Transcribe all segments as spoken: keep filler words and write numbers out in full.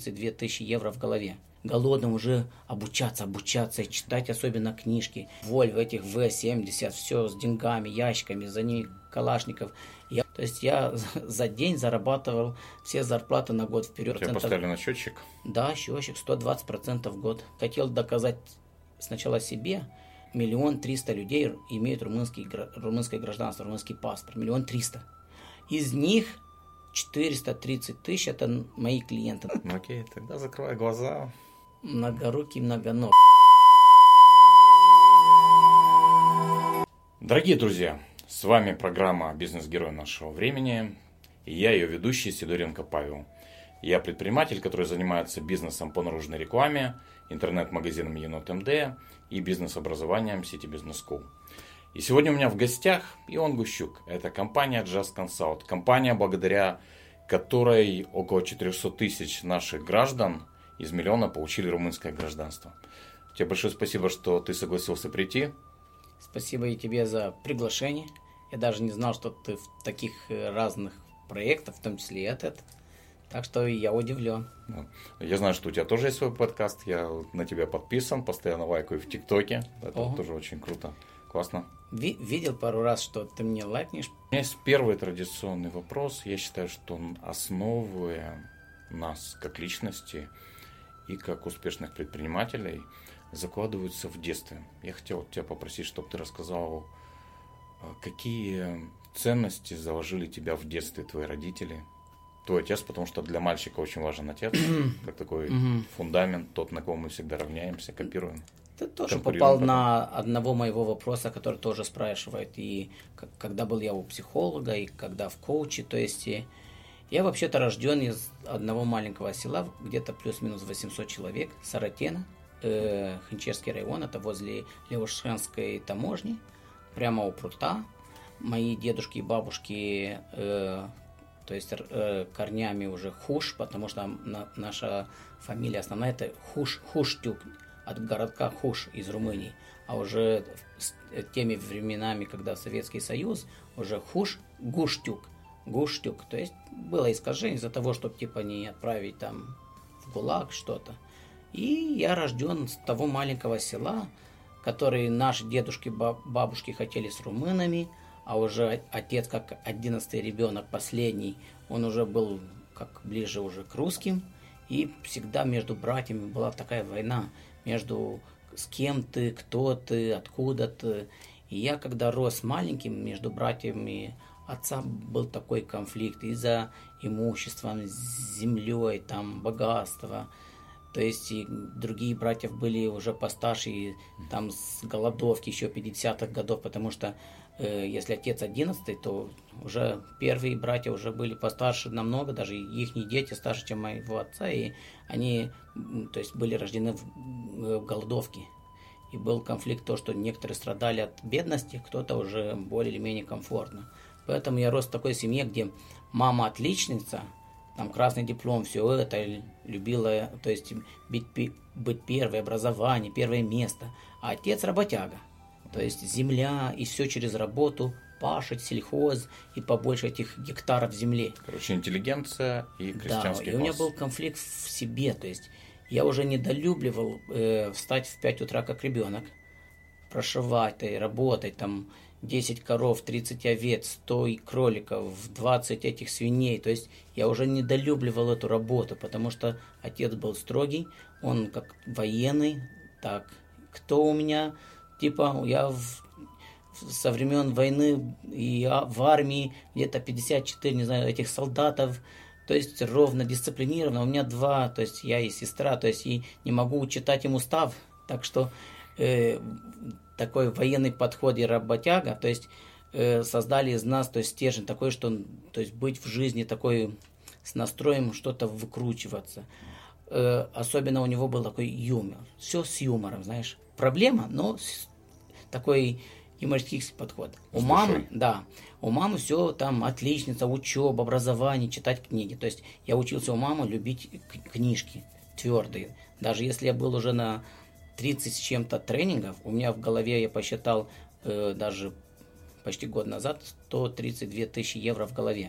тридцать две тысячи евро в голове. Голодным уже обучаться, обучаться, читать особенно книжки. Вольво этих вэ семьдесят, все с деньгами, ящиками, за ними калашников. Я, то есть я за день зарабатывал все зарплаты на год вперед. Тебя поставили на счетчик? Да, счетчик сто двадцать процентов в год. Хотел доказать сначала себе. Миллион триста людей имеют румынский, румынское гражданство, румынский паспорт. Миллион триста. Из них четыреста тридцать тысяч это мои клиенты. Ну окей, тогда закрывай глаза. Многорукий, многоног. Дорогие друзья, с вами программа «Бизнес-герой нашего времени». И я ее ведущий Сидоренко Павел. Я предприниматель, который занимается бизнесом по наружной рекламе, интернет-магазином Енот МД и бизнес-образованием сети Business School. И сегодня у меня в гостях Ион Гущук. Это компания Just Consult. Компания, благодаря которой около четыреста тысяч наших граждан из миллиона получили румынское гражданство. Тебе большое спасибо, что ты согласился прийти. Спасибо и тебе за приглашение. Я даже не знал, что ты в таких разных проектах, в том числе и этот. Так что я удивлен. Я знаю, что у тебя тоже есть свой подкаст. Я на тебя подписан, постоянно лайкаю в ТикТоке. Это Ого. Тоже очень круто. Классно. Ви- видел пару раз, что ты мне лайкнешь. У меня есть первый традиционный вопрос. Я считаю, что он основывая нас как личности и как успешных предпринимателей закладываются в детстве. Я хотел тебя попросить, чтобы ты рассказал, какие ценности заложили тебя в детстве твои родители, твой отец, потому что для мальчика очень важен отец, как такой фундамент, тот, на кого мы всегда равняемся, копируем. Ты тоже попал на одного моего вопроса, который тоже спрашивает, и когда был я у психолога, и когда в коуче, то есть я вообще-то рожден из одного маленького села, где-то плюс-минус восемьсот человек, Саратена, э, Хинчерский район, это возле Левушенской таможни, прямо у прута. Мои дедушки и бабушки, э, то есть э, корнями уже Хуш, потому что на, наша фамилия основная это Хуш, Хуштюк, от городка Хуш из Румынии. А уже с теми временами, когда Советский Союз, уже Хуш, Гуштюк. Гуштюк. То есть было искажение из-за того, чтобы типа не отправить там в ГУЛАГ что-то. И я рожден с того маленького села, который наши дедушки, бабушки хотели с румынами, а уже отец, как одиннадцатый ребенок, последний, он уже был как ближе уже к русским. И всегда между братьями была такая война, между с кем ты, кто ты, откуда ты. И я, когда рос маленьким, между братьями отца был такой конфликт из-за имущества, землей, там, богатства. То есть и другие братья были уже постарше, и там с голодовки еще пятидесятых годов, потому что э, если отец одиннадцатый, то уже первые братья уже были постарше намного, даже их дети старше, чем моего отца, и они, то есть, были рождены в, в голодовке. И был конфликт то, что некоторые страдали от бедности, кто-то уже более или менее комфортно. Поэтому я рос в такой семье, где мама отличница, там красный диплом, все это, любила, то есть быть, быть первой, образование, первое место. А отец работяга, то есть земля и все через работу, пашить, сельхоз и побольше этих гектаров земли. Короче, интеллигенция и крестьянский да, класс. И у меня был конфликт в себе, то есть я уже недолюбливал э, встать в пять утра как ребенок, прошивать, и работать, там, десять коров, тридцать овец, сто кроликов, двадцать этих свиней. То есть я уже недолюбливал эту работу, потому что отец был строгий, он как военный. Так, кто у меня? Типа, я в, со времен войны и в армии где-то пятьдесят четыре, не знаю, этих солдатов. То есть ровно, дисциплинированно. У меня два, то есть я и сестра, то есть и не могу читать им устав. Так что э, такой военный подход и работяга, то есть э, создали из нас, то есть стержень такой, что, то есть быть в жизни такой с настроем что-то выкручиваться. Э, особенно у него был такой юмор, все с юмором, знаешь, проблема, но с, такой юмористический подход. У с мамы, душой. да, у мамы все там отличница, учеба, образование, читать книги. То есть я учился у мамы любить к- книжки твердые, даже если я был уже на тридцать с чем-то тренингов, у меня в голове, я посчитал, э, даже почти год назад, сто тридцать две тысячи евро в голове.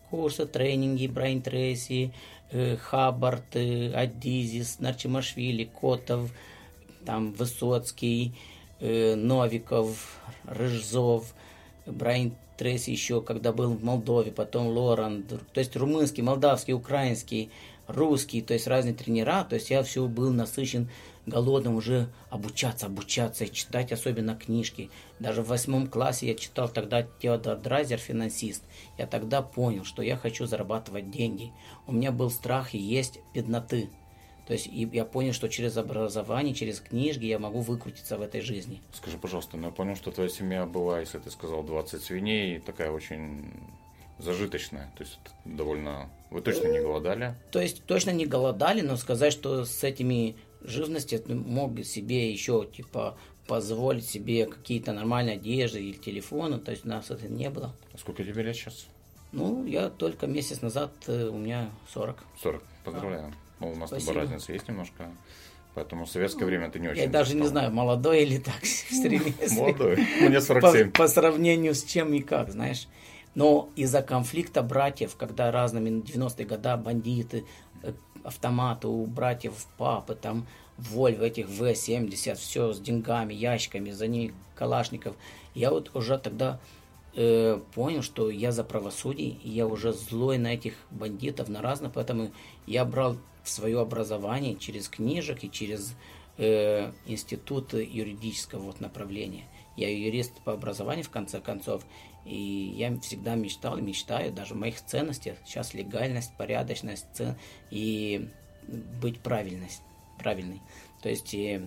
курсы, тренинги, Брайан Трейси, э, Хаббард, э, Адизис, Нарчимашвили, Котов, там Высоцкий, э, Новиков, Рыжзов, Брайан Трейси еще, когда был в Молдове, потом Лоран, то есть румынский, молдавский, украинский, русский, то есть разные тренера, то есть я все был насыщен голодным уже обучаться, обучаться и читать особенно книжки. Даже в восьмом классе я читал тогда Теодор Драйзер, финансист. Я тогда понял, что я хочу зарабатывать деньги. У меня был страх и есть бедноты. То есть и я понял, что через образование, через книжки я могу выкрутиться в этой жизни. Скажи, пожалуйста, ну я понял, что твоя семья была, если ты сказал двадцать свиней, такая очень зажиточная. То есть довольно... Вы точно не голодали? То есть точно не голодали, но сказать, что с этими живностью мог себе еще типа позволить себе какие-то нормальные одежды или телефоны, то есть у нас это не было. А сколько тебе лет сейчас? Ну, я только месяц назад, у меня сорок. сорок, поздравляю. Ну, у нас с тобой разница есть немножко, поэтому в советское ну, время ты не очень... Я даже не знаю, молодой или так, стремился. Молодой, мне сорок семь. По, по сравнению с чем и как, знаешь. Но из-за конфликта братьев, когда разными девяностые годы бандиты, автоматы у братьев, папы, там, Вольво, этих вэ семьдесят, все с деньгами, ящиками, за ними калашников. Я вот уже тогда э, понял, что я за правосудие, и я уже злой на этих бандитов, на разных, поэтому я брал свое образование через книжек и через э, институт юридического вот направления. Я юрист по образованию, в конце концов, и я всегда мечтал и мечтаю, даже в моих ценностях, сейчас легальность, порядочность цен, и быть правильность, правильной. То есть э,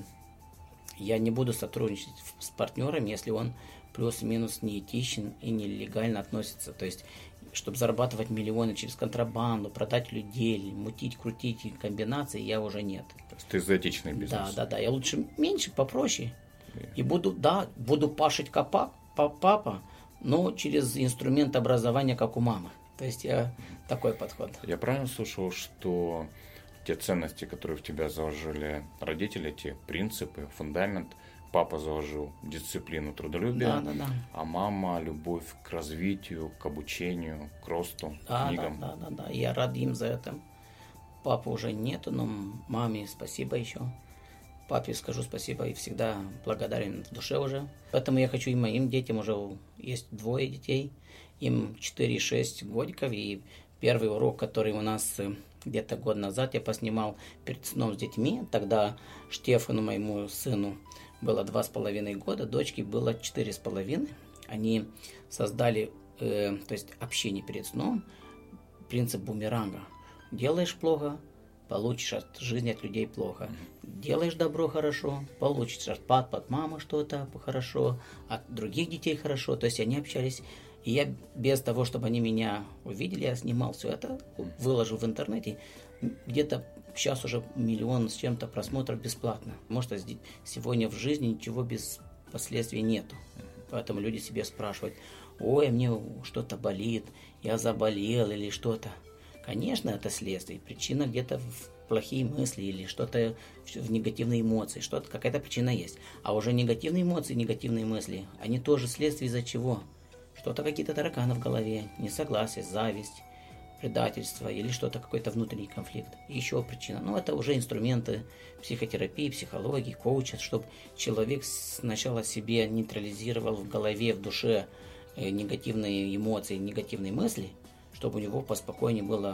я не буду сотрудничать с партнером, если он плюс-минус неэтичен и нелегально относится. То есть, чтобы зарабатывать миллионы через контрабанду, продать людей, мутить, крутить комбинации, я уже нет. То есть ты за этичный бизнес? Да, да, да. Я лучше меньше, попроще. И буду, да, буду пашить как папа, но через инструмент образования, как у мамы. То есть я такой подход. Я правильно слышал, что те ценности, которые в тебя заложили родители, те принципы, фундамент, папа заложил дисциплину, трудолюбие, да, да, да. а мама любовь к развитию, к обучению, к росту, да, книгам. Да, да, да, да. Я рад им за это. Папы уже нету, но маме спасибо еще. Папе скажу спасибо и всегда благодарен в душе уже. Поэтому я хочу и моим детям, уже есть двое детей, им четыре и шесть годиков. И первый урок, который у нас где-то год назад я поснимал перед сном с детьми, тогда Штефану, моему сыну, было два с половиной года, дочке было четыре с половиной. Они создали, э, то есть общение перед сном, принцип бумеранга. Делаешь плохо, получишь от жизни, от людей плохо. Делаешь добро хорошо, получишь от пап, от мамы что-то хорошо, от других детей хорошо. То есть они общались. И я без того, чтобы они меня увидели, я снимал все это, выложил в интернете. Где-то сейчас уже миллион с чем-то просмотров бесплатно. Потому что сегодня в жизни ничего без последствий нету. Поэтому люди себе спрашивают: ой, мне что-то болит, я заболел или что-то. Конечно, это следствие. Причина где-то в плохие мысли или что-то в негативные эмоции. Что-то, какая-то причина есть. А уже негативные эмоции, негативные мысли, они тоже следствие из-за чего? Что-то, какие-то тараканы в голове, несогласие, зависть, предательство или что-то, какой-то внутренний конфликт. И еще причина. Ну, это уже инструменты психотерапии, психологии, коуча, чтобы человек сначала себе нейтрализировал в голове, в душе негативные эмоции, негативные мысли, чтобы у него поспокойнее было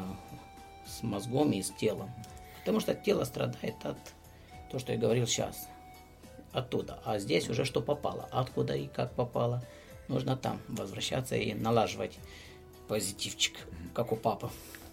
с мозгом и с телом. Потому что тело страдает от того, что я говорил сейчас, оттуда. А здесь уже что попало, откуда и как попало. Нужно там возвращаться и налаживать позитивчик, как у папы.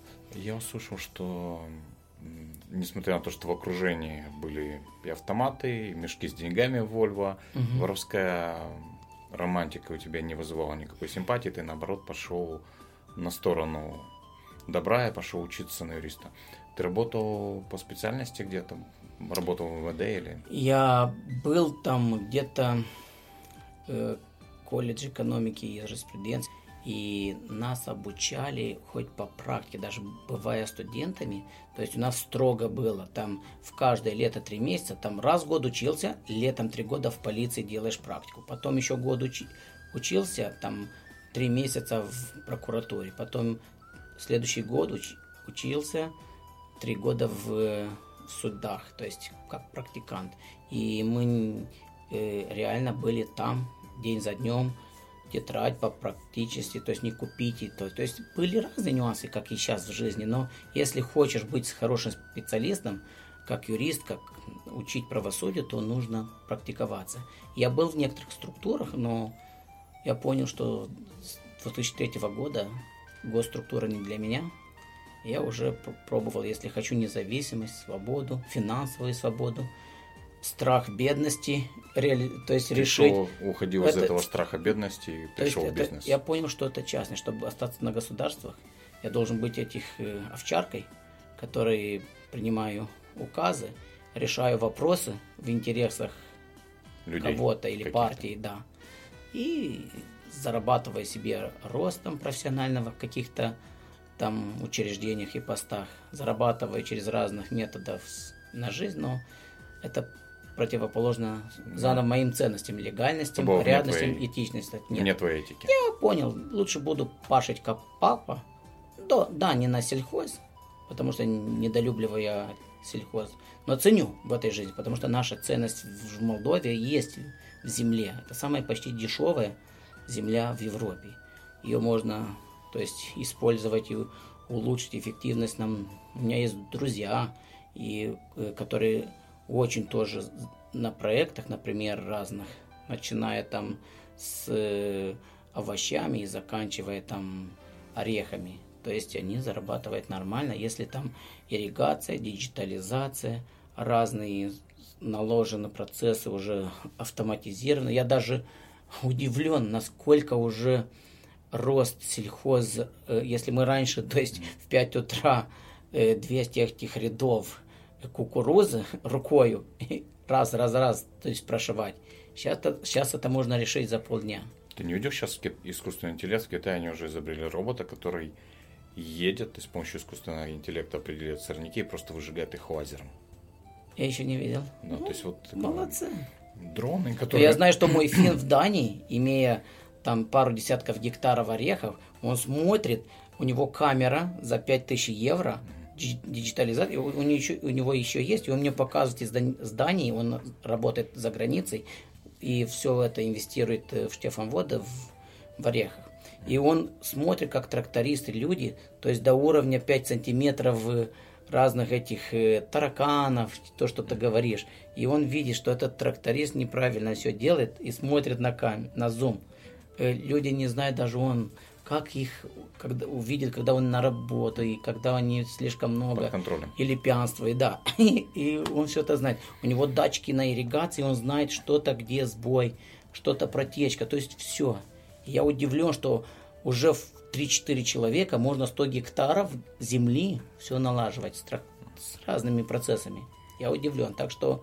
Я услышал, что несмотря на то, что в окружении были и автоматы, и мешки с деньгами в Вольво, угу. воровская романтика у тебя не вызывала никакой симпатии, ты наоборот пошел на сторону добра и пошел учиться на юриста. Ты работал по специальности где-то? Работал в МВД или? Я был там где-то э, колледж экономики и юриспруденции, и нас обучали хоть по практике, даже бывая студентами. То есть у нас строго было, там в каждое лето три месяца, там раз в год учился, летом три года в полиции делаешь практику, потом еще год учи, учился, там три месяца в прокуратуре, потом следующий год уч, учился три года в, в судах, то есть как практикант. И мы э, реально были там день за днем, тетрадь по практически, то есть не купите. То, то есть были разные нюансы, как и сейчас в жизни, но если хочешь быть хорошим специалистом, как юрист, как учить правосудие, то нужно практиковаться. Я был в некоторых структурах, но я понял, что с две тысячи третьего года госструктура не для меня. Я уже пробовал, если хочу независимость, свободу, финансовую свободу, страх бедности, реали... то есть Ты решить... Шо, уходил это... из этого страха бедности и пришел в это... бизнес. Я понял, что это частное. Чтобы остаться на государствах, я должен быть этих э, овчаркой, который принимаю указы, решаю вопросы в интересах людей, кого-то или каких-то. Партии, да. И зарабатывая себе ростом профессионального в каких-то там учреждениях и постах, зарабатывая через разных методов на жизнь, но это противоположно да. заново моим ценностям, легальностям, порядностям, этичности. Нет. Нет твоей этики. Я понял, лучше буду пашить как папа, да, да, не на сельхоз, потому что недолюбливаю я сельхоз, но ценю в этой жизни, потому что наша ценность в Молдове есть в земле. Это самая почти дешевая земля в Европе. Ее можно, то есть, использовать и улучшить эффективность. Нам, у меня есть друзья, и, которые очень тоже на проектах, например, разных, начиная там с овощами и заканчивая там орехами. То есть они зарабатывают нормально, если там ирригация, диджитализация, разные наложены процессы уже автоматизированы. Я даже удивлен, насколько уже рост сельхоз, если мы раньше, то есть в пять утра двести этих рядов кукурузы рукою раз, раз, раз, то есть прошивать. Сейчас, сейчас это можно решить за полдня. Ты не видел сейчас искусственный интеллект? В Китае они уже изобрели робота, который едет и с помощью искусственного интеллекта определяет сорняки и просто выжигает их лазером. Я еще не видел. Ну, ну, то есть вот молодцы. Дроны, которые... Я знаю, что мой фин в Дании, имея там пару десятков гектаров орехов, он смотрит, у него камера за пять тысяч евро, диджитализация, у, у, него еще, у него еще есть, и он мне показывает из Дании, он работает за границей, и все это инвестирует в Штефанводе в, в орехах. И он смотрит, как трактористы, люди, то есть до уровня пять сантиметров разных этих э, тараканов, то, что ты говоришь. И он видит, что этот тракторист неправильно все делает и смотрит на камеру, на зум. Э, люди не знают даже он, как их когда, увидит, когда он на работу, и когда они слишком много. Или пьянство, и да. И он все это знает. У него датчики на ирригации, он знает что-то, где сбой, что-то протечка, то есть все. Я удивлен, что уже в три-четыре человека можно сто гектаров земли все налаживать с, трак... с разными процессами. Я удивлен. Так что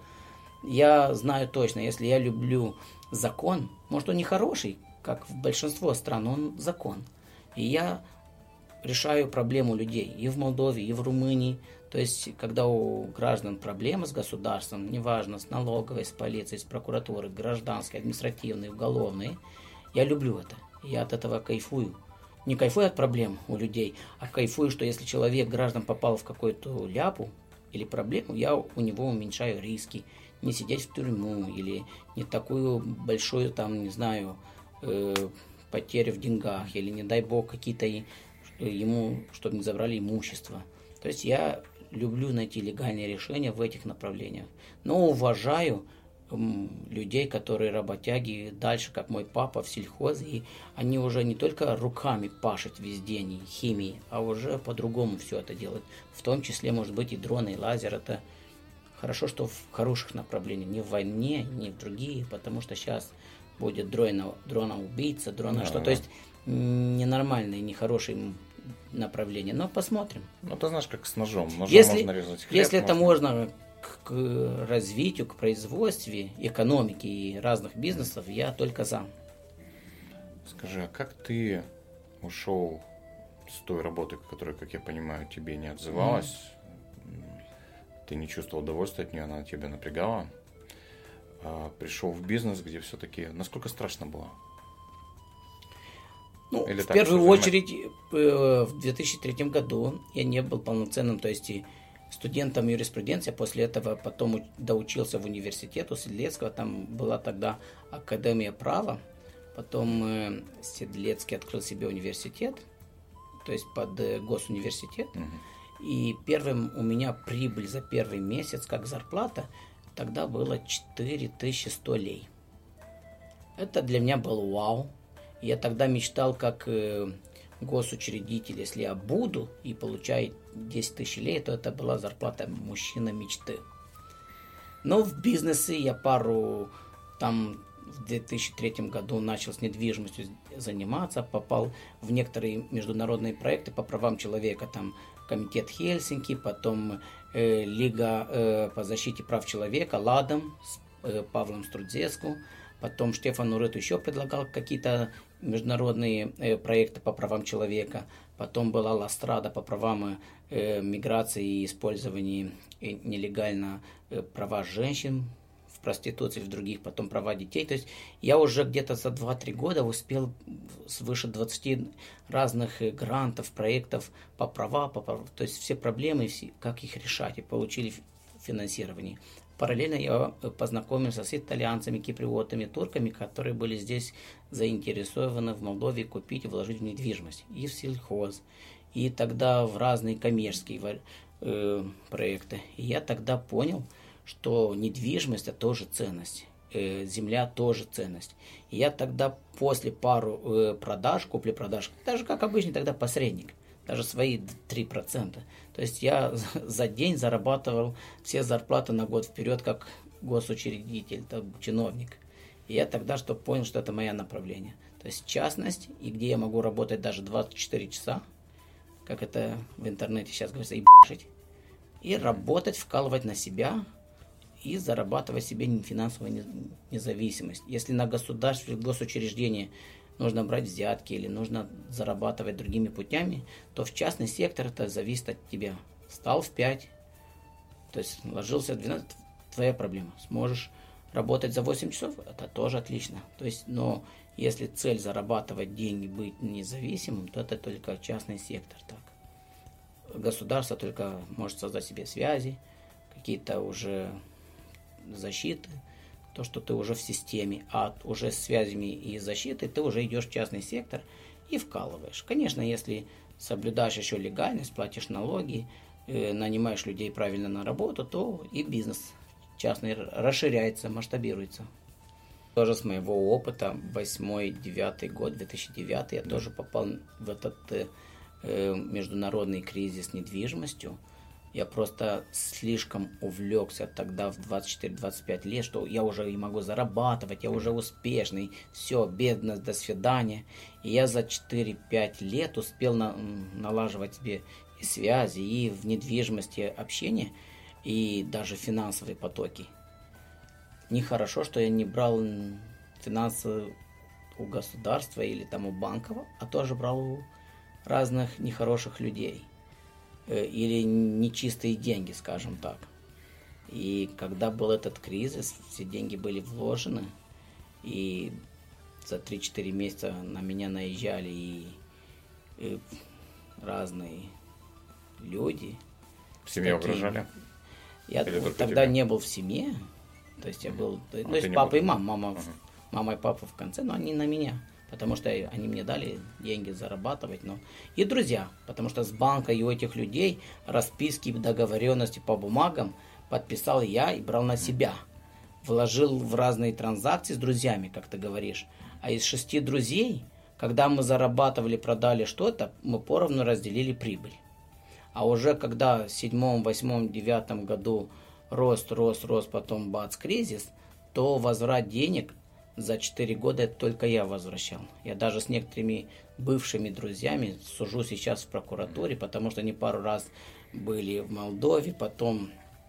я знаю точно, если я люблю закон, может он не хороший, как в большинстве стран, он закон. И я решаю проблему людей и в Молдове, и в Румынии. То есть, когда у граждан проблемы с государством, неважно, с налоговой, с полицией, с прокуратурой, гражданской, административной, уголовной, я люблю это. Я от этого кайфую. Не кайфую от проблем у людей, а кайфую, что если человек, граждан, попал в какую-то ляпу или проблему, я у него уменьшаю риски. Не сидеть в тюрьму или не такую большую, там, не знаю, э, потерю в деньгах, или, не дай бог, какие-то ему, чтобы не забрали имущество. То есть я люблю найти легальные решения в этих направлениях. Но уважаю людей, которые работяги дальше, как мой папа в сельхозе, и они уже не только руками пашут везде, не химией, а уже по-другому все это делают. В том числе, может быть, и дроны, и лазер. Это хорошо, что в хороших направлениях, не в войне, не в другие, потому что сейчас будет дрона, дрона-убийца, дрона, да, что, да. То есть ненормальные, нехорошие направления. Но посмотрим. Ну, ты знаешь, как с ножом. Ножом если, можно резать хлеб. Если это можно к развитию, к производству, экономике и разных бизнесов, я только за. Скажи, а как ты ушел с той работы, которая, как я понимаю, тебе не отзывалась? Mm. Ты не чувствовал удовольствия от нее, она тебя напрягала? А пришел в бизнес, где все-таки... Насколько страшно было? Ну, Или в так, первую что очередь, э, в две тысячи третьем году я не был полноценным, то есть и студентом юриспруденции. После этого потом у- доучился в университет у Седлецкого. Там была тогда Академия права. Потом э, Седлецкий открыл себе университет, то есть под э, госуниверситет. Мгм. И первым у меня прибыль за первый месяц, как зарплата, тогда было четыре тысячи сто лей. Это для меня был вау. Я тогда мечтал, как э, госучредитель, если я буду и получаю десять тысяч лей, то это была зарплата мужчина мечты. Но в бизнесе я пару, там в две тысячи третьем году начал с недвижимостью заниматься, попал в некоторые международные проекты по правам человека, там Комитет Хельсинки, потом э, Лига э, по защите прав человека, ЛАДом с э, Павлом Струдзеску, потом Штефану Рыту еще предлагал какие-то международные э, проекты по правам человека, потом была Ластрада по правам э, миграции и использования э, нелегально э, права женщин в проституции, в других, потом права детей. То есть я уже где-то за два-три года успел свыше двадцати разных э, грантов, проектов по права, по, прав- то есть все проблемы, все, как их решать, и получили ф- финансирование. Параллельно я познакомился с итальянцами, киприотами, турками, которые были здесь заинтересованы в Молдове купить и вложить в недвижимость. И в сельхоз, и тогда в разные коммерческие ва- э, проекты. И я тогда понял, что недвижимость – это тоже ценность. э, Земля тоже ценность. И я тогда после пару э, продаж, купли-продаж, даже как обычный тогда посредник, даже свои три процента. То есть я за день зарабатывал все зарплаты на год вперед, как госучредитель, там, чиновник. И я тогда что понял, что это мое направление. То есть частность, и где я могу работать даже двадцать четыре часа, как это в интернете сейчас говорится, ебашить, и работать, вкалывать на себя и зарабатывать себе финансовую не- независимость. Если на государстве, госучреждение нужно брать взятки или нужно зарабатывать другими путями, то в частный сектор это зависит от тебя. Встал в пять, то есть ложился в двенадцать, твоя проблема. Сможешь работать за восемь часов, это тоже отлично. То есть, но если цель зарабатывать деньги, быть независимым, то это только частный сектор. Так. Государство только может создать себе связи, какие-то уже защиты, то, что ты уже в системе, а уже с связями и защитой ты уже идешь в частный сектор и вкалываешь. Конечно, если соблюдаешь еще легальность, платишь налоги, э, нанимаешь людей правильно на работу, то и бизнес частный расширяется, масштабируется. Тоже с моего опыта, восьмой-девятый год, две тысячи девятый, я тоже попал в этот э, э, международный кризис недвижимостью. Я просто слишком увлекся тогда в двадцать четыре - двадцать пять лет, что я уже и могу зарабатывать, я уже успешный, все, бедность, до свидания. И я за четыре-пять лет успел на, налаживать себе и связи, и в недвижимости общение, и даже финансовые потоки. Нехорошо, что я не брал финансы у государства или там у банков, а тоже брал у разных нехороших людей. Или нечистые деньги, скажем так. И когда был этот кризис, все деньги были вложены, и за три-четыре месяца на меня наезжали и, и разные люди. В семье Такие. угрожали? Я Или только тогда тебе? не был в семье, то есть я был, А ну, ты есть не папа был? и мама, мама, Ага. мама и папа в конце, но они на меня, потому что они мне дали деньги зарабатывать, но и друзья, потому что с банка и у этих людей расписки, договоренности по бумагам подписал я и брал на себя, вложил в разные транзакции с друзьями, как ты говоришь, а из шести друзей, когда мы зарабатывали, продали что-то, мы поровну разделили прибыль. А уже когда в седьмом, восьмом, девятом году рост, рост, рост, потом бац, кризис, то возврат денег за четыре года это только я возвращал. Я даже с некоторыми бывшими друзьями сужу сейчас в прокуратуре, потому что они пару раз были в Молдове, потом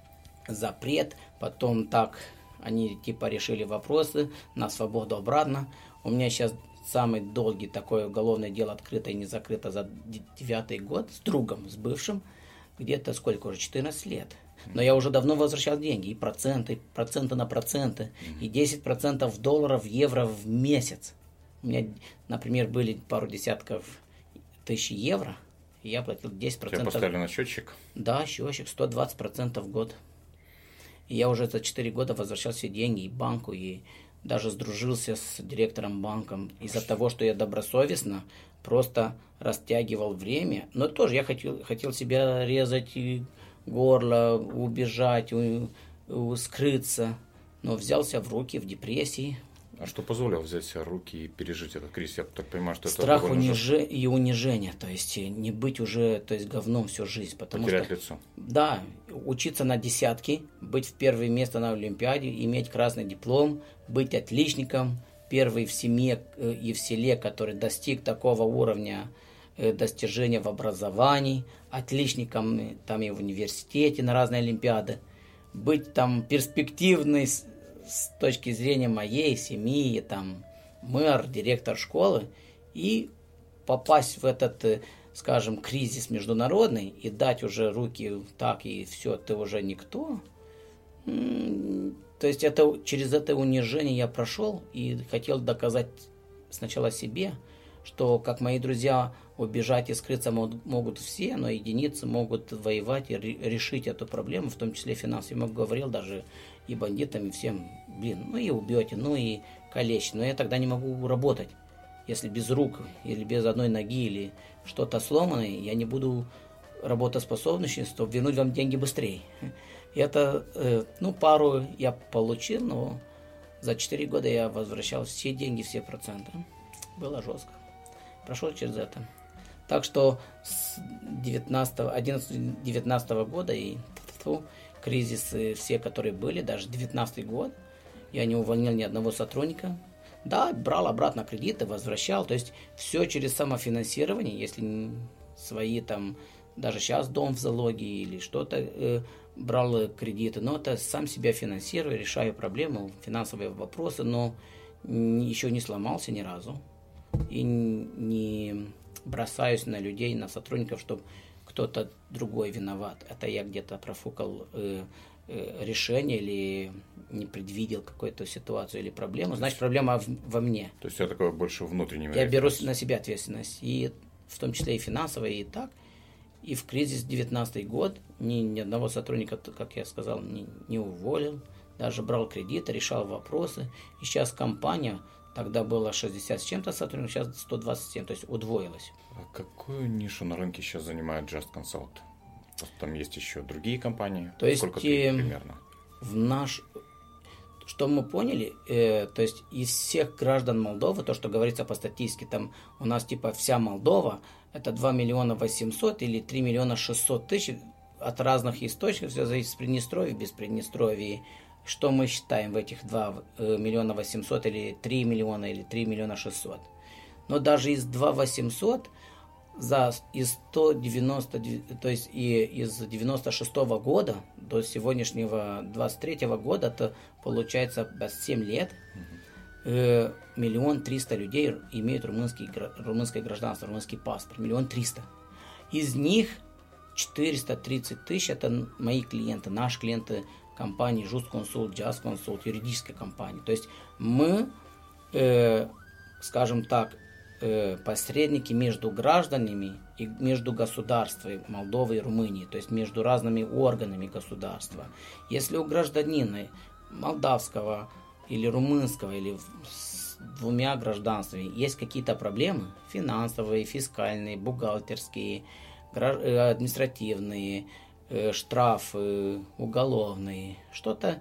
запрет, потом так они типа решили вопросы, на свободу обратно. У меня сейчас самый долгий такое уголовное дело открыто и не закрыто за девятый год с другом, с бывшим, где-то сколько уже, четырнадцать лет. Но я уже давно возвращал деньги, и проценты, и проценты на проценты, и десять процентов долларов, евро в месяц. У меня, например, были пару десятков тысяч евро, и я платил десять процентов. Тебя поставили на счетчик? Да, счетчик, сто двадцать процентов в год. И я уже за четыре года возвращал все деньги и банку, и даже сдружился с директором банка из-за того, что я добросовестно просто растягивал время. Но тоже я хотел, хотел себя резать и горло, убежать, у, у, скрыться. Но взялся в руки в депрессии. А что позволило взять себя в руки и пережить этот кризис? Я так понимаю, что это страх унижи... и унижение, то есть не быть уже, то есть говном всю жизнь, потому потерять что лицо. Да, учиться на десятки, быть в первое место на Олимпиаде, иметь красный диплом, быть отличником, первый в семье и в селе, который достиг такого уровня достижения в образовании, отличником там и в университете на разные олимпиады, быть там перспективной с, с точки зрения моей семьи, там мэр, директор школы, и попасть в этот, скажем, кризис международный и дать уже руки так и все, ты уже никто. То есть это, через это унижение я прошел и хотел доказать сначала себе, что, как мои друзья, убежать и скрыться могут, могут все, но единицы могут воевать и решить эту проблему, в том числе финансово. Я говорил даже и бандитам, и всем, блин, ну и убьете, ну и калечите, но я тогда не могу работать. Если без рук, или без одной ноги, или что-то сломанное, я не буду работоспособным, чтобы вернуть вам деньги быстрее. И это, э, ну, пару я получил, но за четыре года я возвращал все деньги, все проценты. Было жестко. Прошел через это. Так что с одиннадцатого-девятнадцатого года и фу, кризисы все, которые были, даже девятнадцатый год, я не увольнил ни одного сотрудника. Да, брал обратно кредиты, возвращал. То есть все через самофинансирование, если свои там, даже сейчас дом в залоге или что-то, э, брал кредиты. Но это сам себя финансирую, решаю проблемы, финансовые вопросы, но еще не сломался ни разу. И не бросаюсь на людей, на сотрудников, чтобы кто-то другой виноват. Это я где-то профукал э, э, решение или не предвидел какую-то ситуацию или проблему. Значит, проблема в, во мне. То есть я такой больше внутренний. Я беру на себя ответственность. И в том числе и финансовая, и так. И в кризис девятнадцатый год ни, ни одного сотрудника, как я сказал, не, не уволил. Даже брал кредиты, решал вопросы. И сейчас компания... Тогда было шестьдесят с чем-то сотрудников, сейчас сто двадцать семь, то есть удвоилось. А какую нишу на рынке сейчас занимает Just Consult? Просто там есть еще другие компании. То есть сколько ты примерно? В наш... Что мы поняли, э, то есть из всех граждан Молдовы, то, что говорится по статистике, там у нас типа вся Молдова, это два миллиона восемьсот или три миллиона шестьсот тысяч от разных источников, все зависит с Приднестровья, без Приднестровья. Что мы считаем в этих два миллиона восемьсот или три миллиона или три миллиона шестьсот. Но даже из два восемьсот за из сто девяносто, то есть и из девяносто шестого года до сегодняшнего двадцать третьего года, это получается семь лет, э, миллион триста людей имеют румынский, румынское гражданство, румынский паспорт, миллион триста. Из них четыреста тридцать тысяч это мои клиенты, наши клиенты компании Just Consult, Just Consult, юридической компании. То есть мы, э, скажем так, э, посредники между гражданами и между государствами Молдовы и Румынии, то есть между разными органами государства. Если у гражданина молдавского или румынского или с двумя гражданствами есть какие-то проблемы, финансовые, фискальные, бухгалтерские, административные, штрафы, уголовные, что-то,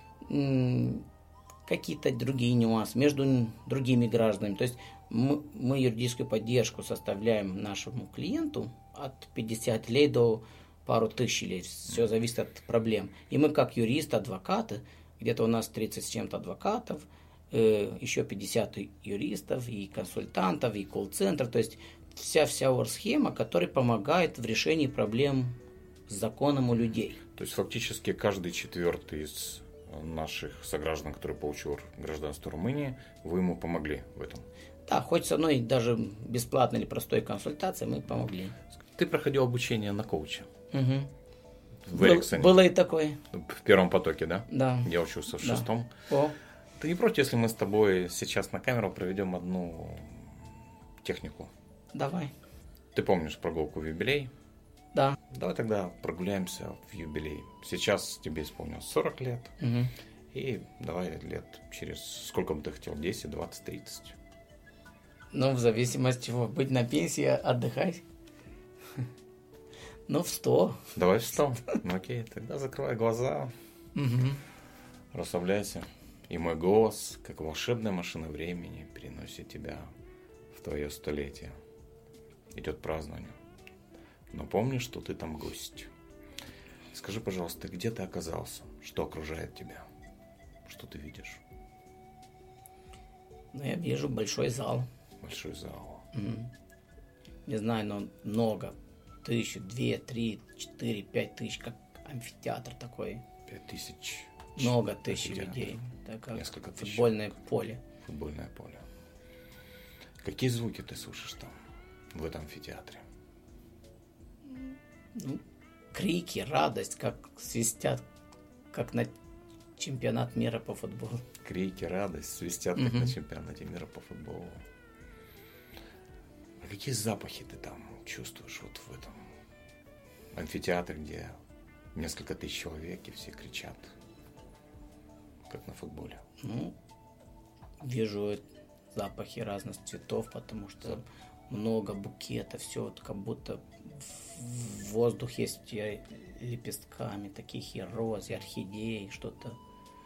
какие-то другие нюансы между другими гражданами. То есть мы, мы юридическую поддержку составляем нашему клиенту от пятидесяти лет до пару тысяч лет. Все зависит от проблем. И мы как юристы, адвокаты, где-то у нас тридцать с чем-то адвокатов, э, еще пятьдесят юристов и консультантов, и колл-центров. То есть вся-вся схема, которая помогает в решении проблем с законом у людей. То есть фактически каждый четвертый из наших сограждан, который получил гражданство Румынии, вы ему помогли в этом? Да, хоть с одной даже бесплатной или простой консультацией мы помогли. Ты проходил обучение на коуче. Угу. В Эриксоне. Было и такое. В первом потоке, да? Да. Я учился в да. шестом. О. Ты не против, если мы с тобой сейчас на камеру проведем одну технику? Давай. Ты помнишь прогулку в юбилей? Да. Давай тогда прогуляемся в юбилей. Сейчас тебе исполнилось сорок лет. Угу. И давай лет через сколько бы ты хотел? десять, двадцать, тридцать. Ну, в зависимости, чего, быть на пенсии, отдыхать. Ну, в сто. Давай в сто. Ну окей, тогда закрывай глаза, Угу. расслабляйся. И мой голос, как волшебная машина времени, переносит тебя в твое столетие. Идет празднование. Но помни, что ты там гость. Скажи, пожалуйста, где ты оказался? Что окружает тебя? Что ты видишь? Ну, я вижу большой зал. Большой зал. Мгм. Не знаю, но много. Тысячу, две, три, четыре, пять тысяч, как амфитеатр такой. Пять тысяч. Много тысяч амфитеатр. людей. Так как Несколько тысяч. футбольное поле. Футбольное поле. Какие звуки ты слышишь там, в этом амфитеатре? Ну, крики, радость, как свистят, как на чемпионат мира по футболу. Крики, радость, свистят, как Мгм. на чемпионате мира по футболу. А какие запахи ты там чувствуешь вот в этом амфитеатре, где несколько тысяч человек и все кричат, как на футболе? Ну, вижу запахи разных цветов, потому что много букетов, все вот как будто в воздух есть и лепестками таких и роз, и орхидей, что-то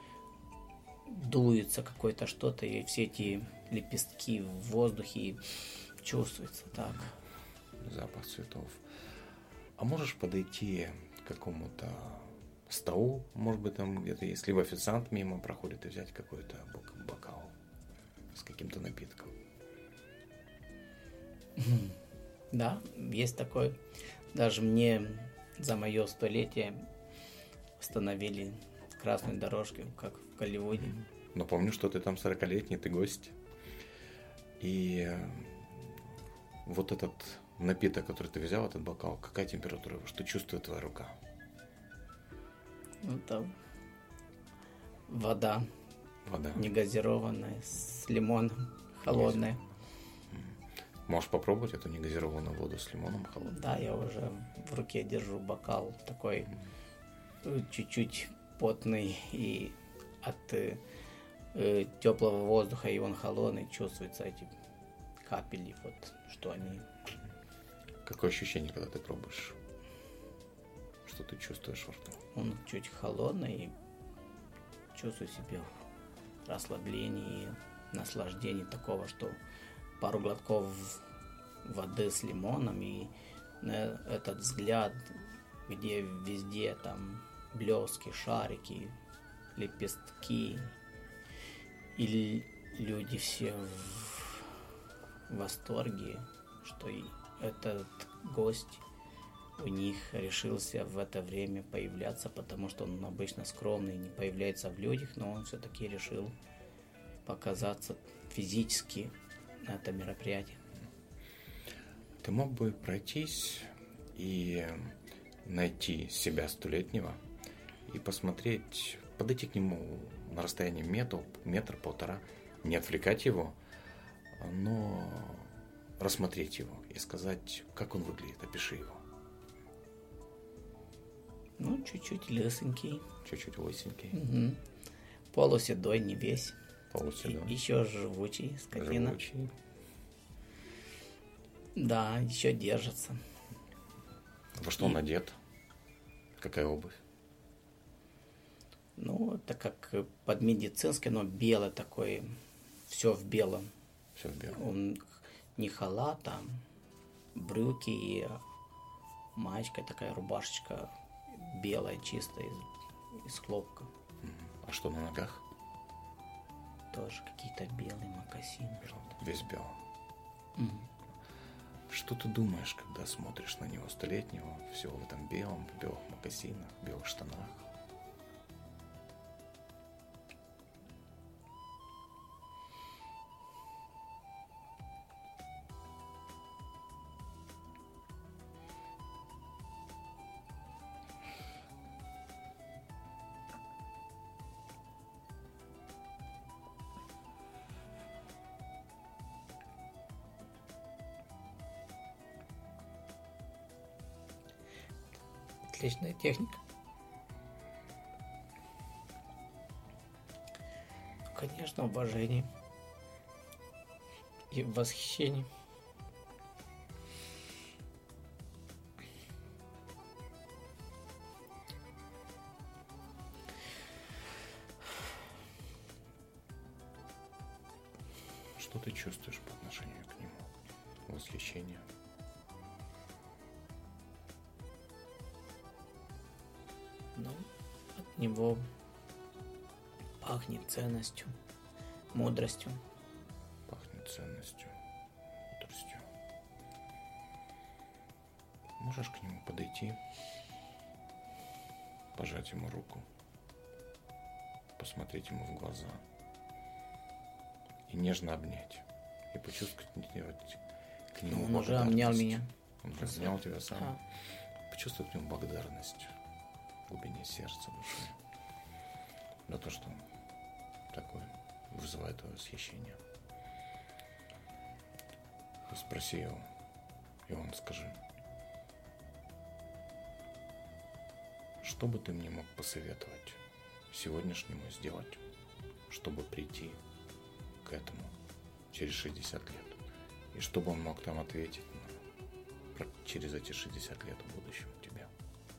дуется какое-то что-то, и все эти лепестки в воздухе и чувствуется так. Запах цветов. А можешь подойти к какому-то столу, может быть, там где-то есть, либо официант мимо проходит, и взять какой-то бок- бокал с каким-то напитком? Да, есть такой. Даже мне за мое столетие установили красную дорожку, как в Голливуде. Но помню, что ты там сорокалетний, ты гость. И э, вот этот напиток, который ты взял, этот бокал, какая температура его, что чувствует твоя рука? Ну, там вода Вода. негазированная с лимоном, холодная. Можешь попробовать эту негазированную воду с лимоном холодной? Да, я уже в руке держу бокал такой э, чуть-чуть потный, и от э, э, теплого воздуха, и он холодный, чувствуются эти капели, вот что они. Какое ощущение, когда ты пробуешь? Что ты чувствуешь во рту? Он чуть холодный, и чувствую себя в расслаблении и наслаждении такого, что пару глотков воды с лимоном, и на этот взгляд, где везде там блески, шарики, лепестки, и люди все в восторге, что и этот гость у них решился в это время появляться, потому что он обычно скромный, не появляется в людях, но он все-таки решил показаться физически на это мероприятие. Ты мог бы пройтись и найти себя столетнего и посмотреть, подойти к нему на расстоянии метр, метр, полтора, не отвлекать его, но рассмотреть его и сказать, как он выглядит, опиши его. Ну, чуть-чуть лысенький. Чуть-чуть лысенький, Угу. Полуседой, не весь. полуседой, И- еще живучий, скотина. живучий. Да, еще держится. Во что он одет? Какая обувь? Ну, это как под медицинский, но белый такой, все в белом. Все в белом. Он не халат, а брюки и маечка, такая рубашечка белая, чистая, из, из хлопка. А что на ногах? Тоже какие-то белые мокасины. Весь белый. Мгм. Что ты думаешь, когда смотришь на него столетнего, всего в этом белом, в белых мокасинах, в белых штанах? Отличная техника. Конечно, уважение и восхищение. Что ты чувствуешь по отношению к нему? Восхищение. Ну, от него пахнет ценностью, мудростью. Пахнет ценностью, мудростью. Можешь к нему подойти, пожать ему руку, посмотреть ему в глаза и нежно обнять. И почувствовать к нему Он уже обнял благодарность. меня. Он уже обнял тебя сам. А. Почувствовать к нему благодарность в глубине сердца, души. За то, что он такой вызывает твое восхищение. И спроси его, и он скажи, что бы ты мне мог посоветовать сегодняшнему сделать, чтобы прийти к этому через шестьдесят лет? И чтобы он мог там ответить на, через эти шестьдесят лет в будущем тебя?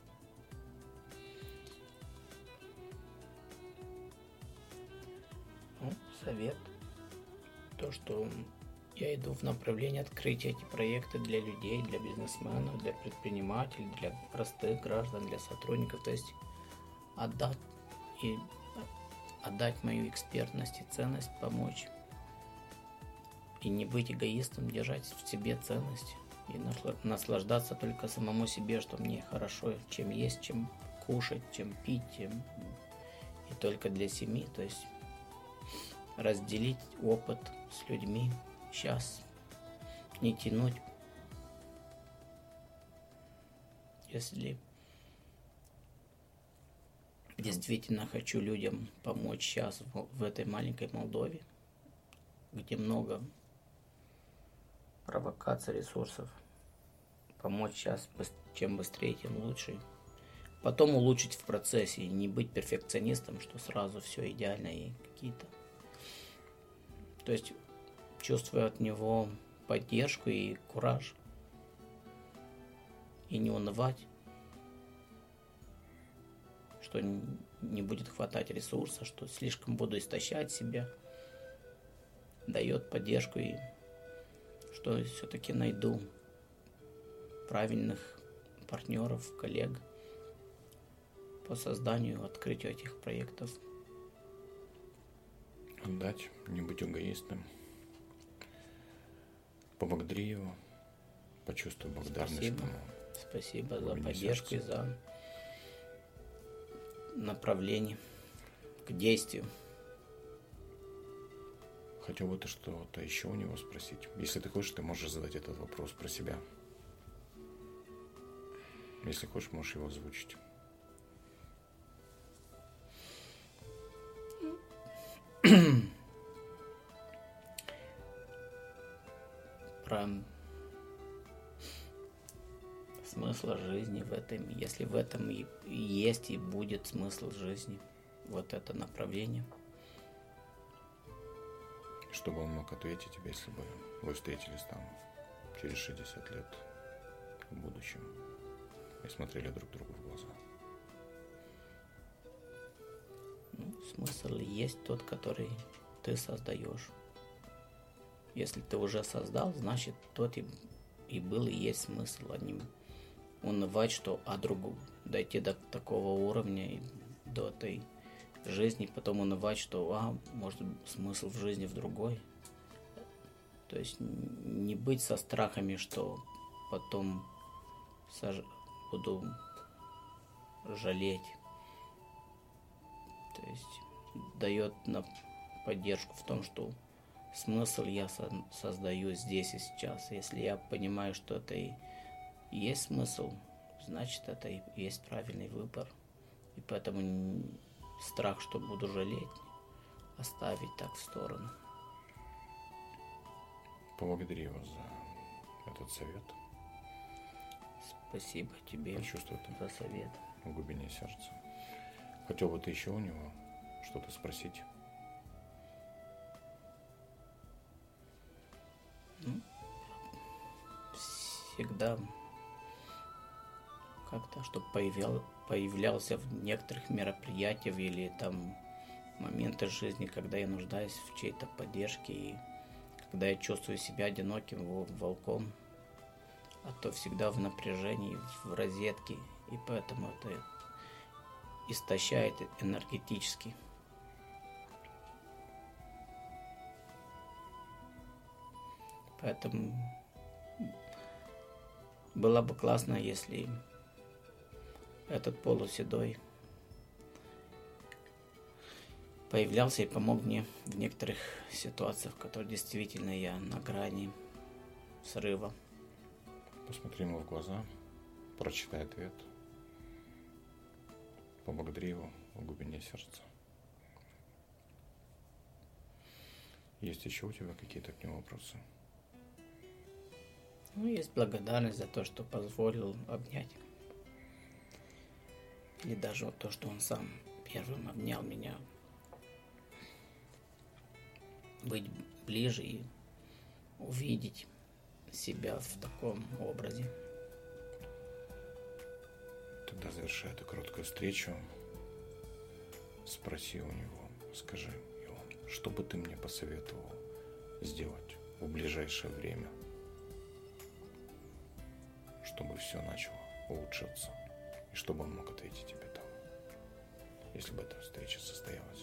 Ну, совет. То, что я иду в направлении открытия этих проектов для людей, для бизнесменов, для предпринимателей, для простых граждан, для сотрудников. То есть отдать и отдать мою экспертность и ценность, помочь. И не быть эгоистом, держать в себе ценность. И наслаждаться только самому себе, что мне хорошо, чем есть, чем кушать, чем пить, чем... и только для семьи. То есть разделить опыт с людьми. Сейчас не тянуть. Если действительно хочу людям помочь сейчас в, в этой маленькой Молдове, где много провокаций, ресурсов, помочь сейчас, чем быстрее, тем лучше. Потом улучшить в процессе, не быть перфекционистом, что сразу все идеально и какие-то. То есть чувствую от него поддержку и кураж. И не унывать, что не будет хватать ресурса, что слишком буду истощать себя. Дает поддержку и что все-таки найду правильных партнеров, коллег по созданию, открытию этих проектов. Отдать, не быть эгоистом. Поблагодари его, почувствуй благодарность Спасибо. ему. Спасибо за поддержку и за направление к действию. Хотел бы ты что-то еще у него спросить? Если ты хочешь, ты можешь задать этот вопрос про себя. Если хочешь, можешь его озвучить. Про смысл жизни в этом, если в этом и есть и будет смысл жизни, вот это направление. Чтобы он мог ответить тебе, если бы вы встретились там через шестьдесят лет в будущем и смотрели друг другу в глаза. Ну, смысл есть тот, который ты создаешь. Если ты уже создал, значит тот и, и был, и есть смысл, а не унывать, что а другу дойти до такого уровня и до этой жизни, потом унывать, что а, может смысл в жизни в другой. То есть не быть со страхами, что потом сож... буду жалеть. То есть дает на поддержку в том, что смысл я со- создаю здесь и сейчас. Если я понимаю, что это и есть смысл, значит это и есть правильный выбор. И поэтому страх, что буду жалеть, оставить так в сторону. Поблагодари его за этот совет. Спасибо тебе Почувствуй это за совет. в глубине сердца. Хотел бы ты еще у него что-то спросить? Ну, всегда как-то, чтобы появлял, появлялся в некоторых мероприятиях или там моменты жизни, когда я нуждаюсь в чьей-то поддержке и когда я чувствую себя одиноким волком, а то всегда в напряжении, в розетке, и поэтому это истощает энергетически. Поэтому было бы классно, если этот полуседой появлялся и помог мне в некоторых ситуациях, в которых действительно я на грани срыва. Посмотри ему в глаза, прочитай ответ, поблагодари его в глубине сердца. Есть еще у тебя какие-то к нему вопросы? Ну, есть благодарность за то, что позволил обнять. Или даже вот то, что он сам первым обнял меня. Быть ближе и увидеть себя в таком образе. Тогда, завершая эту короткую встречу, спроси у него, скажи ему, что бы ты мне посоветовал сделать в ближайшее время, чтобы все начало улучшаться, и чтобы он мог ответить тебе там, если бы эта встреча состоялась.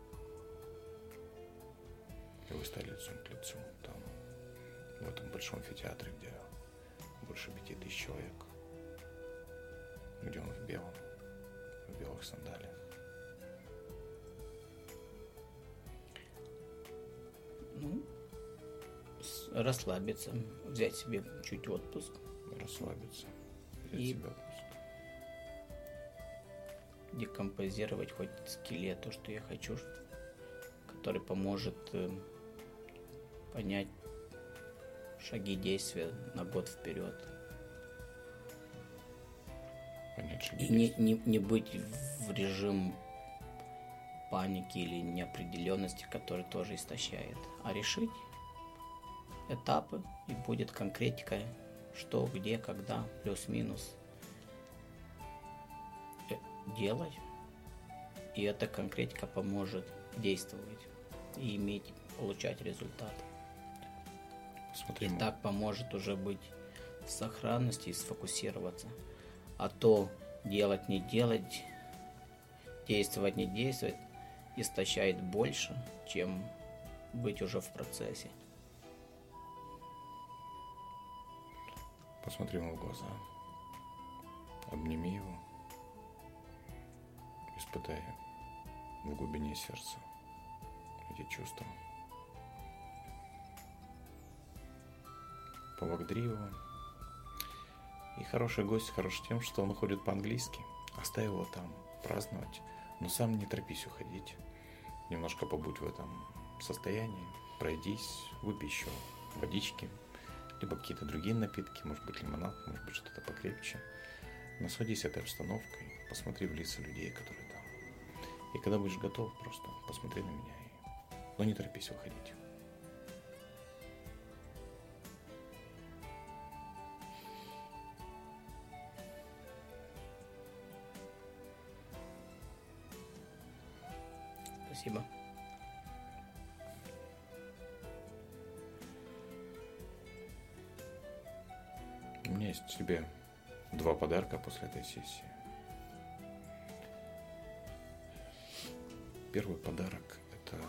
И вы стали лицом к лицу там, в этом большом амфитеатре, где больше пяти тысяч человек, где он в белом, в белых сандалиях. Ну, расслабиться, взять себе чуть отпуск. Расслабиться, взять И себе отпуск. Декомпозировать хоть скелет, то, что я хочу, который поможет э, понять шаги действия на год вперед. Понять шаги И не, действия. не, не быть в режим паники или неопределенности, который тоже истощает, а решить этапы, и будет конкретика, что, где, когда, плюс-минус делать, и эта конкретика поможет действовать и иметь, получать результат. Посмотри, И так поможет уже быть в сохранности и сфокусироваться. А то делать, не делать, действовать, не действовать истощает больше, чем быть уже в процессе. посмотри ему в глаза, обними его, испытай в глубине сердца эти чувства. Поблагодари его. И хороший гость хорош тем, что он уходит по-английски. Оставь его там праздновать, но сам не торопись уходить. Немножко побудь в этом состоянии, пройдись, выпей еще водички, либо какие-то другие напитки, может быть лимонад, может быть что-то покрепче. Насладись этой обстановкой, посмотри в лица людей, которые там. И когда будешь готов, просто посмотри на меня, и... но не торопись выходить. Спасибо. У меня есть тебе два подарка после этой сессии. Первый подарок – это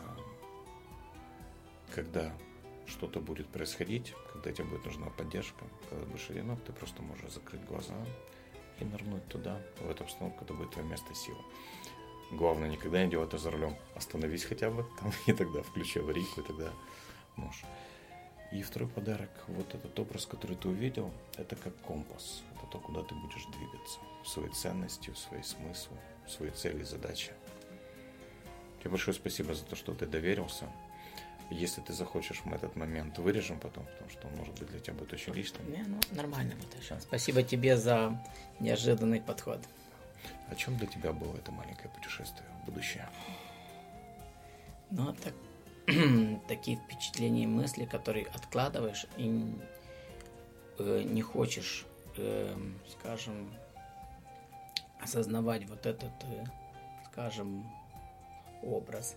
когда что-то будет происходить, когда тебе будет нужна поддержка, когда будешь одинок, ты просто можешь закрыть глаза и нырнуть туда, в эту обстановку, это будет твое место силы. Главное, никогда не делай это за рулем. Остановись хотя бы там, и тогда включи аварийку, и тогда можешь. И второй подарок, вот этот образ, который ты увидел, это как компас. Это то, куда ты будешь двигаться. В свои ценности, в свои смыслы, в свои цели и задачи. Тебе большое спасибо за то, что ты доверился. Если ты захочешь, мы этот момент вырежем потом, потому что он, может быть, для тебя будет очень личным. Не, ну, нормально, Маташа. Спасибо тебе за неожиданный подход. О чем для тебя было это маленькое путешествие в будущее? Ну, так, такие впечатления и мысли, которые откладываешь и э, не хочешь, э, скажем, осознавать вот этот, э, скажем, образ.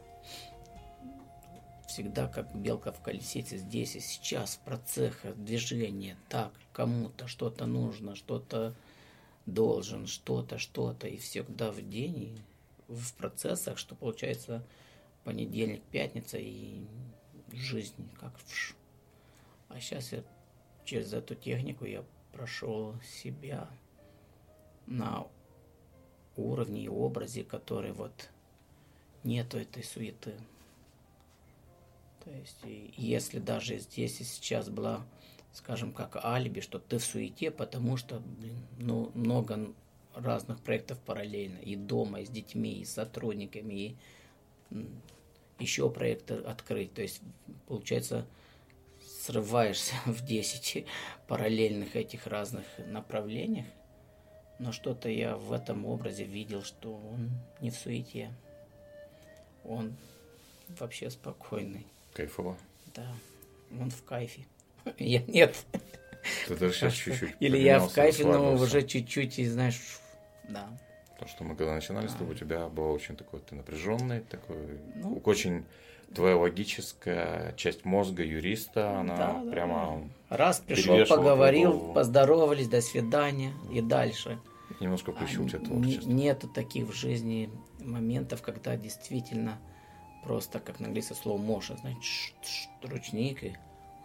Всегда как белка в колесице, здесь и сейчас, в процессах движения, так, кому-то что-то нужно, что-то должен, что-то, что-то, и всегда в день, и в процессах, что получается понедельник, пятница, и жизнь как в ш... А сейчас я через эту технику я прошел себя на уровне и образе, который вот нету этой суеты. То есть, и если даже здесь и сейчас была, скажем, как алиби, что ты в суете, потому что, блин, ну, много разных проектов параллельно, и дома, и с детьми, и с сотрудниками, и еще проекты открыть. То есть, получается, срываешься в десять параллельных этих разных направлениях, но что-то я в этом образе видел, что он не в суете, он вообще спокойный. Кайфово. Да, он в кайфе. Я нет. Ты даже сейчас чуть-чуть Или я в кайфе, но расслабился. уже чуть-чуть, и знаешь, да. Потому что мы когда начинали с тобой, у тебя было очень такой, ты напряженный, такой, Ну. очень твоя логическая часть мозга юриста, она Да, да, прямо Раз пришел, перевешивала поговорил, твою- поздоровались, до свидания, и дальше. немножко включил А, тебя н- творчество. Нету таких в жизни моментов, когда действительно просто, как на английском слово motion, знаете, ш- ш- ручник, и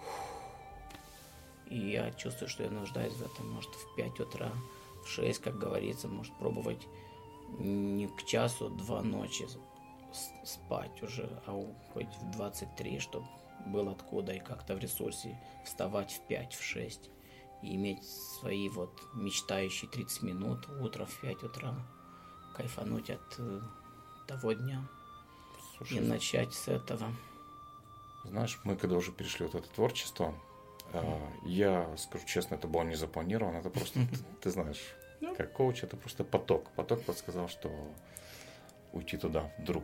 И я чувствую, что я нуждаюсь в этом, может, в пять утра, в шесть, как говорится, может, пробовать не к часу, два ночи с- спать уже, а у- хоть в двадцать три, чтобы было откуда и как-то в ресурсе вставать в пять, в шесть и иметь свои вот мечтающие тридцать минут утром в пять утра, кайфануть от э, того дня и Слушай, начать с этого. знаешь, мы когда уже перешли вот это творчество, а, я скажу честно, это было не запланировано, это просто, ты, ты знаешь, как коуч, это просто поток. Поток подсказал, что уйти туда вдруг.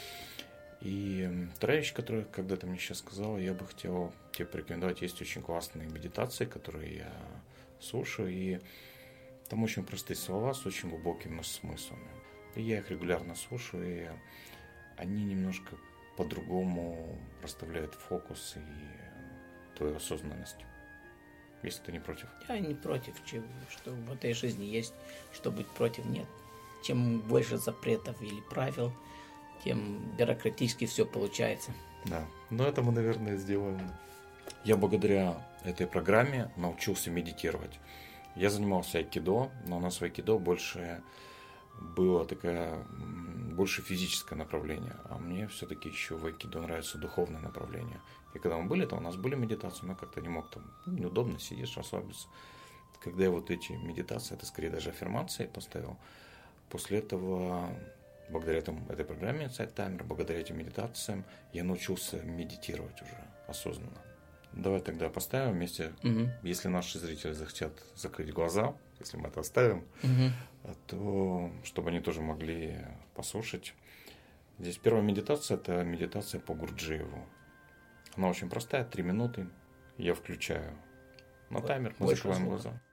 И м, вторая вещь, которую когда ты мне сейчас сказал, я бы хотел тебе порекомендовать. Есть очень классные медитации, которые я слушаю, и там очень простые слова с очень глубокими смыслами. И я их регулярно слушаю, и они немножко по-другому расставляют фокус и твою осознанность. Если ты не против. Я не против, чего, что в этой жизни есть, что быть против, нет. Чем больше запретов или правил, тем бюрократически все получается. Да, но это мы, наверное, сделаем. Я благодаря этой программе научился медитировать. Я занимался айкидо, но у нас в айкидо больше было такое, м, больше физическое направление, а мне все-таки еще в айкидо нравится духовное направление. И когда мы были там, у нас были медитации, но я как-то не мог там, ну, неудобно, сидишь, расслабиться. Когда я вот эти медитации, это скорее даже аффирмации поставил, после этого, благодаря этому, этой программе Insight Timer, благодаря этим медитациям, я научился медитировать уже осознанно. Давай тогда поставим вместе, Мгм. если наши зрители захотят закрыть глаза, если мы это оставим, Мгм. то чтобы они тоже могли послушать. Здесь первая медитация – это медитация по Гурджиеву. Она очень простая, три минуты. Я включаю на таймер, мы Больше закрываем звука. глаза.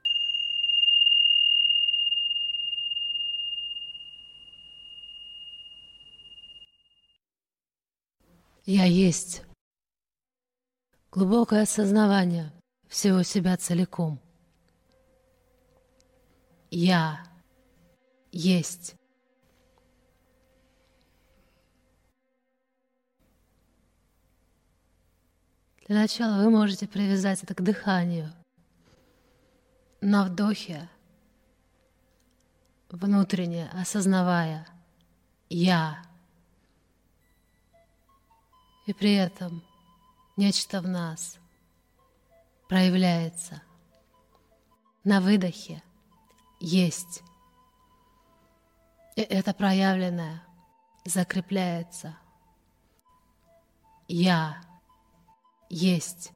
Я есть. Глубокое осознавание всего себя целиком. Я есть. Для начала вы можете привязать это к дыханию. На вдохе, внутренне осознавая «я». И при этом нечто в нас проявляется. На выдохе есть. И это проявленное закрепляется. Я есть.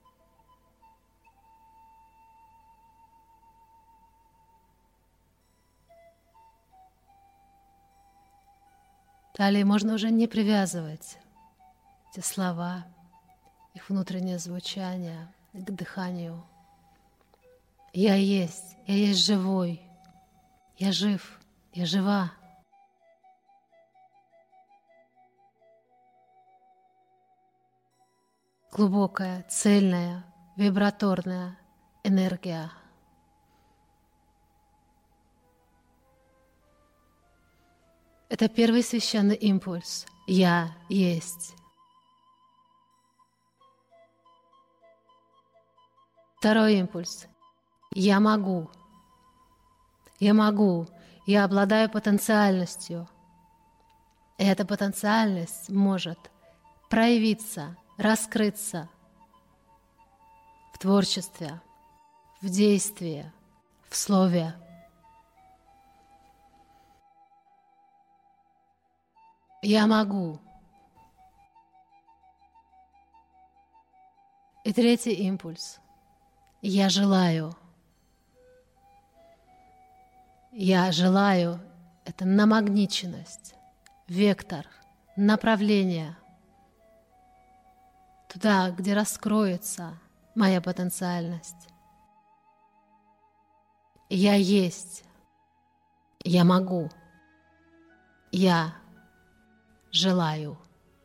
Далее можно уже не привязывать эти слова, их внутреннее звучание к дыханию. Я есть, я есть живой, я жив, я жива. Глубокая, цельная, вибраторная энергия. Это первый священный импульс. Я есть. Второй импульс. Я могу. Я могу. Я обладаю потенциальностью. И эта потенциальность может проявиться, раскрыться в творчестве, в действии, в слове. Я могу. И третий импульс. Я желаю. Я желаю — это намагниченность, вектор, направление туда, где раскроется моя потенциальность. Я есть. Я могу. Я желаю.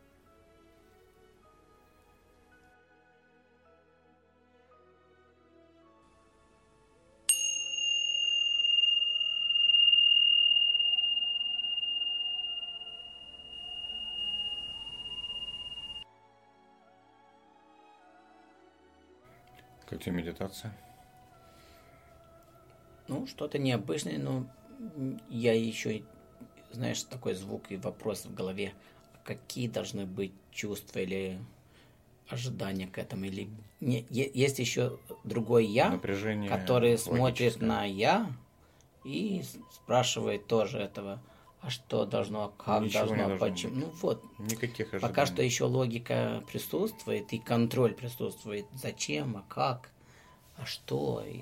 Как тебе медитация? Ну, что-то необычное, но я еще, знаешь, такой звук и вопрос в голове, какие должны быть чувства или ожидания к этому, или не, есть еще другой я, Напряжение который смотрит логическое. на я и спрашивает тоже этого, а что должно, как Ничего не должно, должно почему. быть. Ну вот, Никаких ожиданий. пока что еще логика присутствует и контроль присутствует. Зачем, а как, а что. И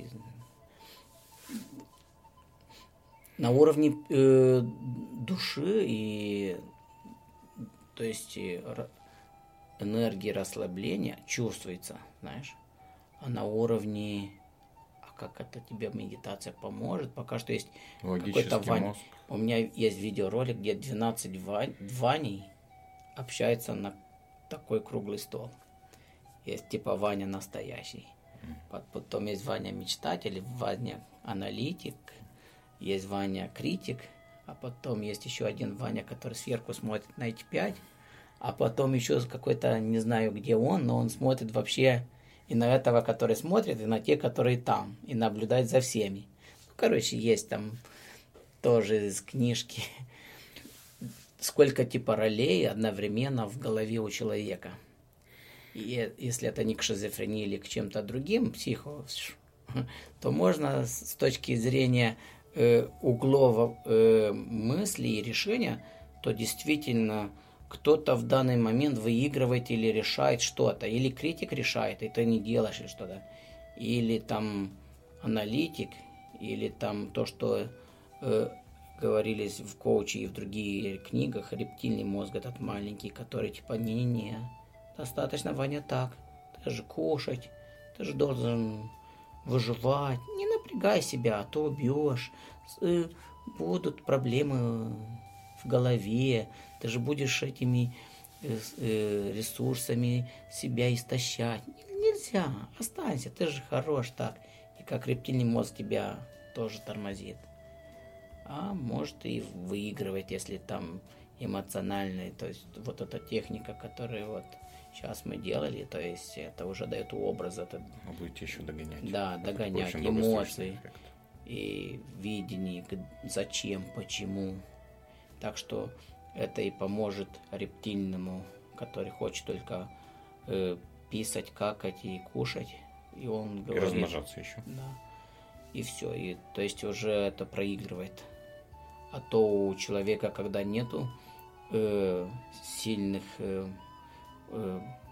на уровне э, души и то есть и энергии расслабления чувствуется, знаешь. А на уровне, а как это тебе медитация поможет? Пока что есть какой-то Ваня. Мозг. У меня есть видеоролик, где двенадцать Вань, Ваней общаются на такой круглый стол. Есть типа Ваня настоящий. Потом есть Ваня мечтатель, Ваня аналитик, есть Ваня критик, а потом есть еще один Ваня, который сверху смотрит на эти пять, а потом еще какой-то, не знаю где он, но он смотрит вообще и на этого, который смотрит, и на те, которые там, и наблюдает за всеми. Ну, короче, есть там тоже из книжки сколько типа ролей одновременно в голове у человека. И если это не к шизофрении или к чем-то другим, психо, то можно с точки зрения э, углов э, мысли и решения, то действительно кто-то в данный момент выигрывает или решает что-то. Или критик решает, и ты не делаешь или что-то. Или там аналитик, или там то, что э, говорились в коуче и в других книгах, рептильный мозг этот маленький, который типа не-не-не. Достаточно, Ваня, так. Ты же кушать, ты же должен выживать. Не напрягай себя, а то убьешь. Будут проблемы в голове. Ты же будешь этими ресурсами себя истощать. Нельзя, останься, ты же хорош так. И как рептильный мозг тебя тоже тормозит. А может и выигрывать, если там эмоциональный, то есть вот эта техника, которая вот сейчас мы делали, то есть это уже дает образ, это Вы будете еще догонять. да, догонять Очень эмоции эффект. и видение, зачем, почему. Так что это и поможет рептильному, который хочет только э, писать, какать и кушать, и он говорит, И размножаться еще. да, и все, и то есть уже это проигрывает. А то у человека, когда нету э, сильных э, э,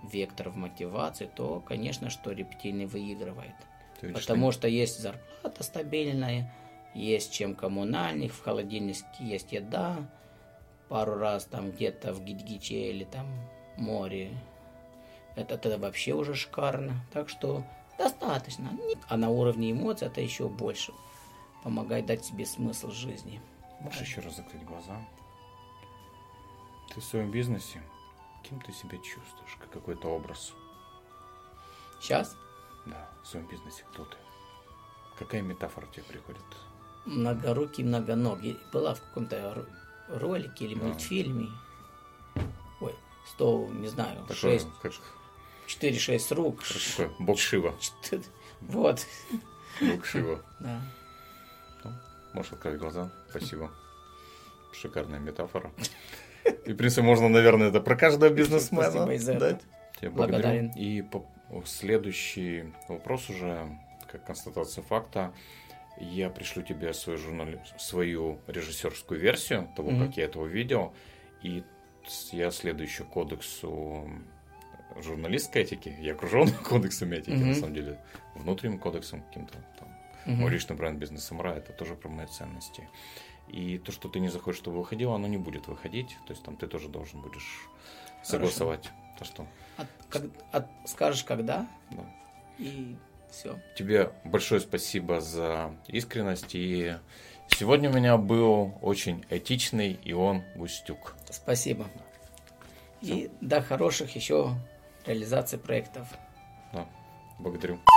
вектор в мотивации, то, конечно, что рептильный выигрывает. что... Потому что есть зарплата стабильная, есть чем коммунальных, в холодильнике есть еда, пару раз там где-то в Гидгиче или там море. Это, это вообще уже шикарно. Так что достаточно. А на уровне эмоций это еще больше помогает дать себе смысл жизни. Можешь еще раз закрыть глаза? Ты в своем бизнесе, кем ты себя чувствуешь? Как какой-то образ? Сейчас? Да, в своем бизнесе кто ты? Какая метафора тебе приходит? Многорукий, многоногий. Была в каком-то ролике или Да. мультфильме. Ой, сто, не знаю, Такое, шесть, как, четыре-шесть рук. такое, бог Шива. Четыре- Вот. Бог Шива. Да. Можешь открыть глаза. Спасибо. Шикарная метафора. И, в принципе, можно, наверное, это про каждого бизнесмена Спасибо и за это. дать. Я благодарю. Благодарен. И по- следующий вопрос уже, как констатация факта. Я пришлю тебе свою, журнали... свою режиссерскую версию того, Мгм. как я это увидел. И с- я следую еще кодексу журналистской этики. Я окружен кодексом этики, Мгм. на самом деле. Внутренним кодексом каким-то там. Мгм. Мой личный бренд «Бизнес Самурай» — это тоже про мои ценности. И то, что ты не захочешь, чтобы выходило, оно не будет выходить. То есть там ты тоже должен будешь согласовать. То, что... От- как- от- скажешь, когда, да. и все. Тебе большое спасибо за искренность. И сегодня у меня был очень этичный Ион Бустюк. Спасибо. И до хороших еще реализаций проектов. Да. Благодарю.